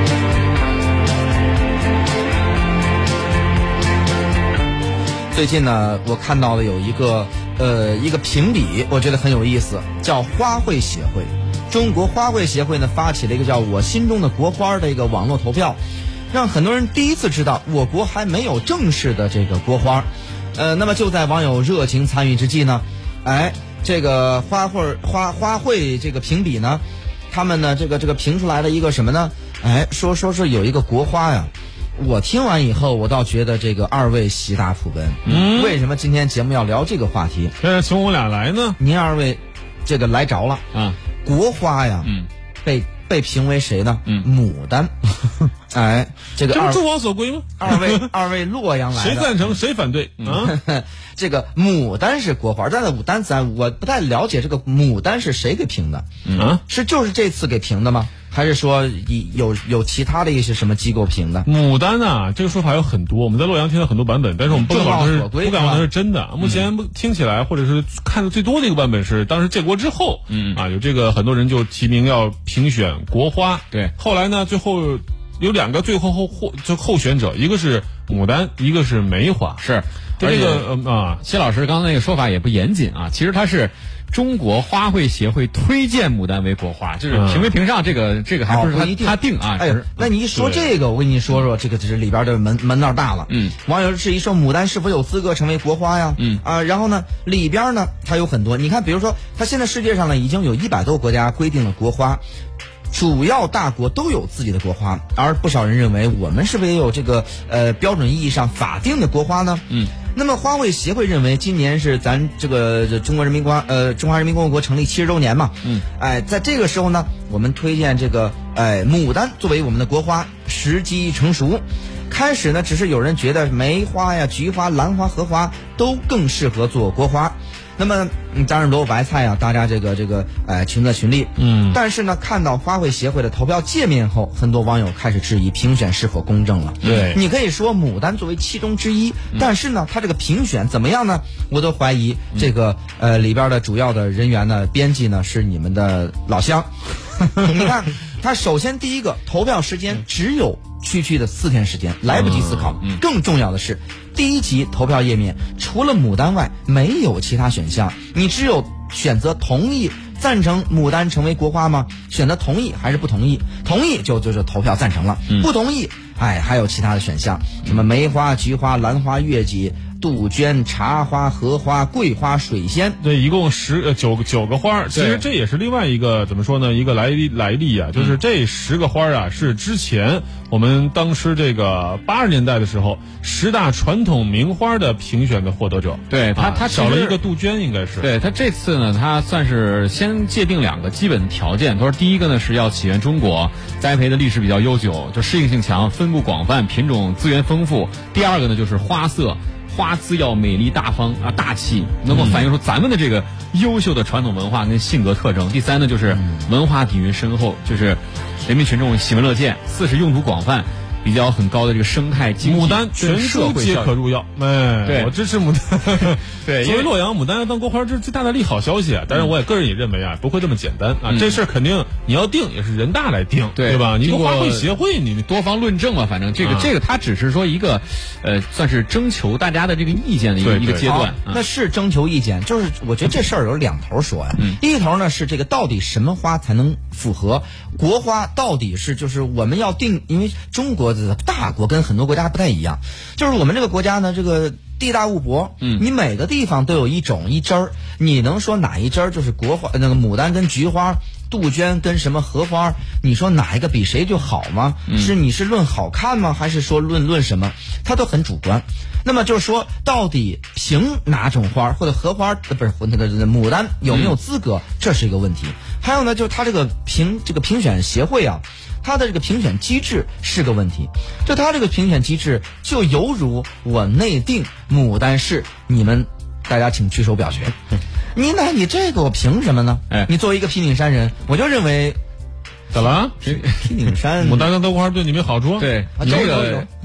最近呢，我看到了有一个评比，我觉得很有意思，叫花卉协会。中国花卉协会呢发起了一个叫我心中的国花的一个网络投票，让很多人第一次知道我国还没有正式的这个国花。那么就在网友热情参与之际呢，这个花卉这个评比呢，他们呢这个评出来了一个什么呢？说是有一个国花呀。我听完以后，我倒觉得这个二位习大普奔。为什么今天节目要聊这个话题？ 请我们俩来呢？ 您二位这个来着了啊！国花呀，被评为谁呢？牡丹。这个这不众望所归吗？ 二位洛阳来的， 谁赞成谁反对啊？ 这个牡丹是国花，但是牡丹我不太了解这个牡丹是谁给评的？就是这次给评的吗？还是说有其他的一些什么机构评的？ 牡丹啊，这个说法有很多，我们在洛阳听了很多版本，但是我们不敢管它是真的。目前听起来或者是看的最多的一个版本是当时建国之后，有这个很多人就提名要评选国花。 对， 后来呢，最后有两个最后候选者，一个是牡丹，一个是梅花。 是，这个谢老师刚才那个说法也不严谨啊，其实他是中国花卉协会推荐牡丹为国花，就是评没评上这个还不是他定啊。 那你一说这个，我跟你说这个这里边的门道大了。网友质疑说牡丹是否有资格成为国花呀？然后呢里边呢它有很多，你看比如说它现在世界上呢已经有100多个国家规定了国花。主要大国都有自己的国花，而不少人认为我们是不是也有这个标准意义上法定的国花呢？那么花卉协会认为今年是咱这个中华人民共和国成立70周年嘛，在这个时候呢，我们推荐这个牡丹作为我们的国花，时机成熟。开始呢，只是有人觉得梅花呀、菊花、兰花、荷花都更适合做国花。那么当然萝卜白菜啊，大家这个群策群力。但是呢，看到花卉协会的投票界面后，很多网友开始质疑评选是否公正了。 对， 你可以说牡丹作为其中之一，但是呢，它这个评选怎么样呢？我都怀疑这个里边的主要的人员呢，编辑呢是你们的老乡。你看，它首先第一个投票时间只有区的4天时间，来不及思考。更重要的是，第一级投票页面除了牡丹外没有其他选项，你只有选择同意赞成牡丹成为国花吗？选择同意还是不同意？同意就是投票赞成了，不同意还有其他的选项，什么梅花、菊花、兰花、月季、杜鹃、茶花、荷花、桂花、水仙。 对，一共9个花。其实这也是另外一个怎么说呢？一个来历啊，就是这10个花啊，是之前我们当时这个80年代的时候10大传统名花的评选的获得者。 对，他少了一个杜鹃，应该是。 对，他这次呢，他算是先界定2个基本条件。他说，第一个呢是要起源中国，栽培的历史比较悠久，就适应性强，分布广泛，品种资源丰富。第二个呢就是花色。花姿要美丽大方啊，大气，能够反映出咱们的这个优秀的传统文化跟性格特征。第三呢，就是文化底蕴深厚，就是人民群众喜闻乐见。4是用途广泛，比较很高的这个生态经济。 牡丹全书皆可入药， 对， 我支持牡丹。 对， 作为洛阳，牡丹要当国花，这是最大的利好消息啊！当然，我也个人也认为啊，不会这么简单啊。这事儿肯定你要定，也是人大来定，对吧？你个花卉协会，你多方论证嘛，反正这个，它只是说一个，算是征求大家的这个意见的一个阶段。 那是征求意见，就是我觉得这事儿有2头说呀。第一头呢是这个到底什么花才能符合国花？到底是就是我们要定，因为中国的大国跟很多国家不太一样，就是我们这个国家呢，这个地大物博，你每个地方都有一种一枝儿，你能说哪一枝儿就是国花？那个牡丹跟菊花、杜鹃跟什么荷花，你说哪一个比谁就好吗？你是论好看吗？还是说论什么？它都很主观。那么就是说，到底评哪种花或者荷花不是那个牡丹有没有资格，这是一个问题。还有呢，就是它这个评选协会啊。它的这个评选机制是个问题，就它这个评选机制就犹如我内定牡丹是你们大家请举手表决。你这个我凭什么呢？你作为一个平顶山人，我就认为怎么了？ 平顶山牡丹跟豆花对你没好处？ 对，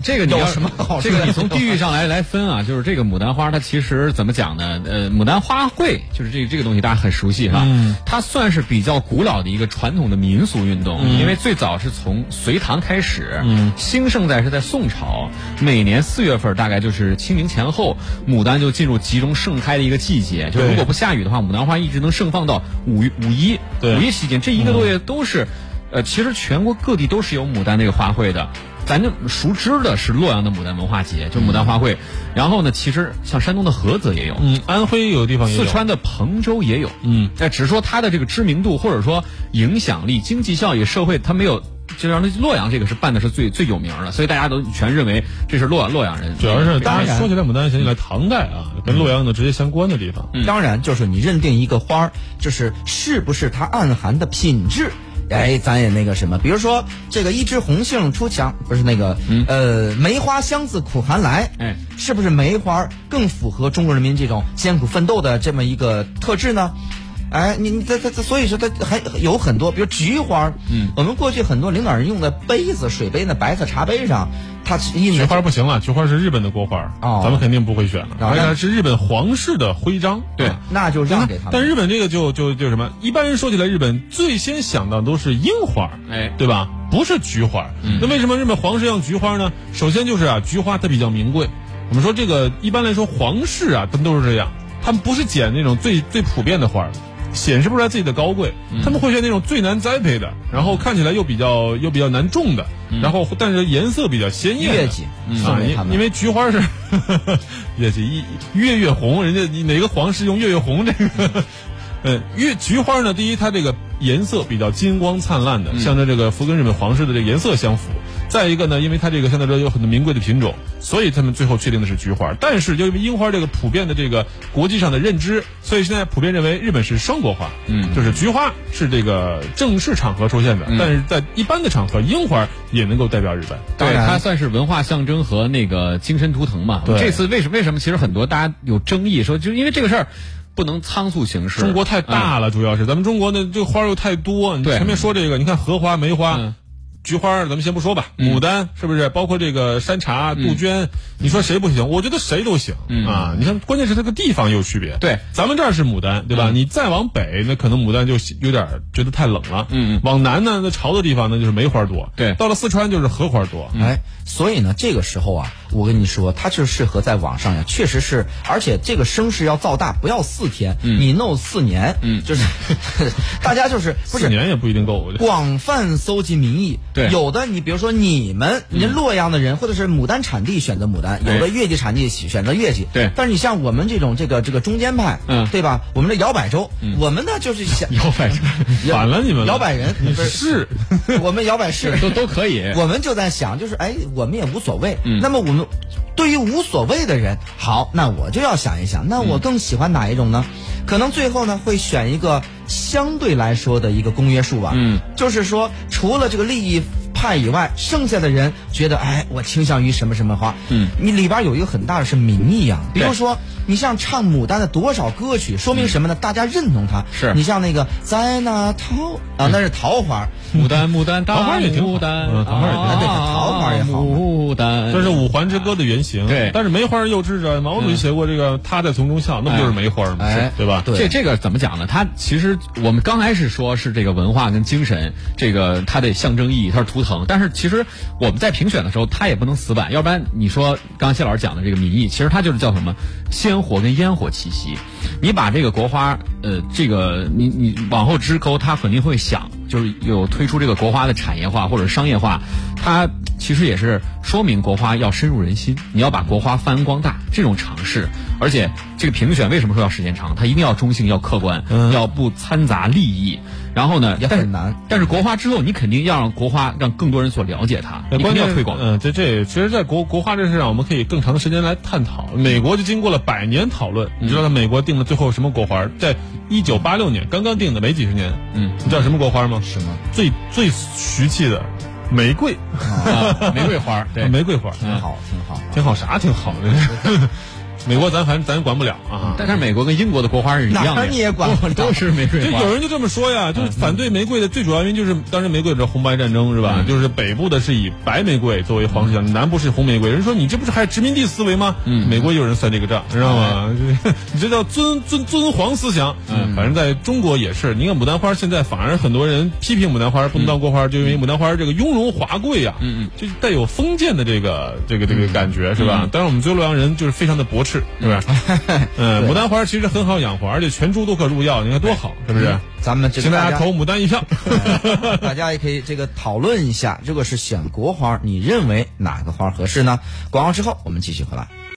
这个你有什么好说的？ 这个你从地域上来分啊，就是这个牡丹花，它其实怎么讲呢？牡丹花卉就是这个东西大家很熟悉哈，它算是比较古老的一个传统的民俗运动，因为最早是从隋唐开始，兴盛是在宋朝，每年4月份大概就是清明前后，牡丹就进入集中盛开的一个季节，就如果不下雨的话，牡丹花一直能盛放到五一期间，这1个多月都是。其实全国各地都是有牡丹这个花卉的，咱就熟知的是洛阳的牡丹文化节，就牡丹花卉。然后呢，其实像山东的菏泽也有， 安徽有的地方也有， 四川的彭州也有，只是说它的这个知名度或者说影响力、经济效益、社会，它没有。就让洛阳这个是办的是最有名的，所以大家都全认为这是洛阳人。 主要是大家说起来牡丹想起来唐代啊，跟洛阳的直接相关的地方。 当然，就是你认定一个花儿，就是是不是它暗含的品质。咱也那个什么，比如说这个一枝红杏出墙，不是那个梅花香自苦寒来，是不是梅花更符合中国人民这种艰苦奋斗的这么一个特质呢？所以说它还有很多，比如菊花，我们过去很多领导人用的杯子、水杯，那白色茶杯上，它印菊花不行了，菊花是日本的国花，咱们肯定不会选了，而且它是日本皇室的徽章， 对， 那就让给他们。 但日本这个就什么？一般人说起来，日本最先想到都是樱花，对吧？不是菊花。那为什么日本皇室用菊花呢？首先就是菊花它比较名贵。我们说这个一般来说皇室他们都是这样，他们不是捡那种最普遍的花。显示不出来自己的高贵，他们会选那种最难栽培的，然后看起来又比较难种的，然后但是颜色比较鲜艳的。 月季因为菊花是月季月红，人家哪个皇室用月红这个？菊花呢，第一它这个颜色比较金光灿烂的，象征这个跟日本皇室的这个颜色相符。再一个呢，因为它这个相对来说有很多名贵的品种，所以他们最后确定的是菊花。但是就因为樱花这个普遍的这个国际上的认知，所以现在普遍认为日本是双国花，就是菊花是这个正式场合出现的，但是在一般的场合，樱花也能够代表日本。 对，它算是文化象征和那个精神图腾嘛。这次为什么其实很多大家有争议，说就是因为这个事儿。不能仓促行事。 中国太大了，主要是咱们中国的这个花又太多。你前面说这个，你看荷花、梅花。菊花咱们先不说吧，牡丹是不是？包括这个山茶、杜鹃，你说谁不行？我觉得谁都行啊！你看，关键是它个地方有区别。 对， 咱们这儿是牡丹，对吧？你再往北，那可能牡丹就有点觉得太冷了。往南呢，那潮的地方呢就是梅花多。 对， 到了四川就是荷花多。 所以呢，这个时候啊，我跟你说，它就适合在网上呀，确实是，而且这个声势要造大，不要4天，你弄4年，就是大家就是不是 4年也不一定够， 广泛搜集民意。 对， 有的你比如说您洛阳的人，或者是牡丹产地选择牡丹，有的月季产地选择月季。 对， 但是你像我们这种这个中间派，对吧？我们这摇摆州，我们呢就是想摇摆州， 反了你们摇摆人是， 我们摇摆市都可以。 我们就在想，就是我们也无所谓。那么我们对于无所谓的人，好，那我就要想一想，那我更喜欢哪一种呢？可能最后呢会选一个相对来说的一个公约数吧。就是说除了这个利益派以外，剩下的人觉得我倾向于什么什么花。你里边有一个很大的是民意啊，比如说你像唱牡丹的多少歌曲，说明什么呢？大家认同它。 是你像那个在那桃那是桃花， 牡丹桃花也挺好， 桃花也挺好，对，桃花也好， 牡丹这是五环之歌的原型。 对， 但是梅花又知着，毛主席写过这个他在丛中笑，那不就是梅花吗？对吧？ 对， 这个怎么讲呢？它其实我们刚开始说是这个文化跟精神，这个它的象征意义，它是图腾。但是其实我们在评选的时候，它也不能死板，要不然你说刚刚谢老师讲的这个民意，其实它就是叫什么鲜活跟烟火气息。你把这个国花，这个你往后支抠，它肯定会想，就是有推出这个国花的产业化或者商业化，它其实也是说明国花要深入人心，你要把国花发扬光大这种尝试。而且这个评选为什么说要时间长？它一定要中性，要客观，要不掺杂利益。然后呢， 也很难。 但是国花之后，你肯定要让国花让更多人所了解它，你肯定要推广。 这其实，在国花这事上，我们可以更长的时间来探讨。美国就经过了100年讨论，你知道美国定了最后什么国花？在1986年刚刚定的，没几十年。你知道什么国花吗？ 什么？ 最徐气的玫瑰， 玫瑰花，对， 玫瑰花， 挺好，挺好， 挺好啥？挺好的。 美国咱管不了啊。 但是美国跟英国的国花是一样的， 哪你也管不了， 都是玫瑰花。 就有人就这么说呀，就是反对玫瑰的最主要原因就是当时玫瑰的红白战争是吧？就是北部的是以白玫瑰作为皇室象征，南部是红玫瑰。人说你这不是还是殖民地思维吗？美国有人算这个账，知道吗？你这叫尊皇思想。反正在中国也是，你看牡丹花现在反而很多人批评牡丹花不能当国花，就因为牡丹花这个雍容华贵啊，就带有封建的这个感觉是吧？当然我们觉得洛阳人就是非常的驳斥，是吧？牡丹花其实很好养活，而且全株都可入药，你看多好，是不是？ 咱们请大家投牡丹一票。 大家也可以讨论一下，如果是选国花，你认为哪个花合适呢？广告之后我们继续回来。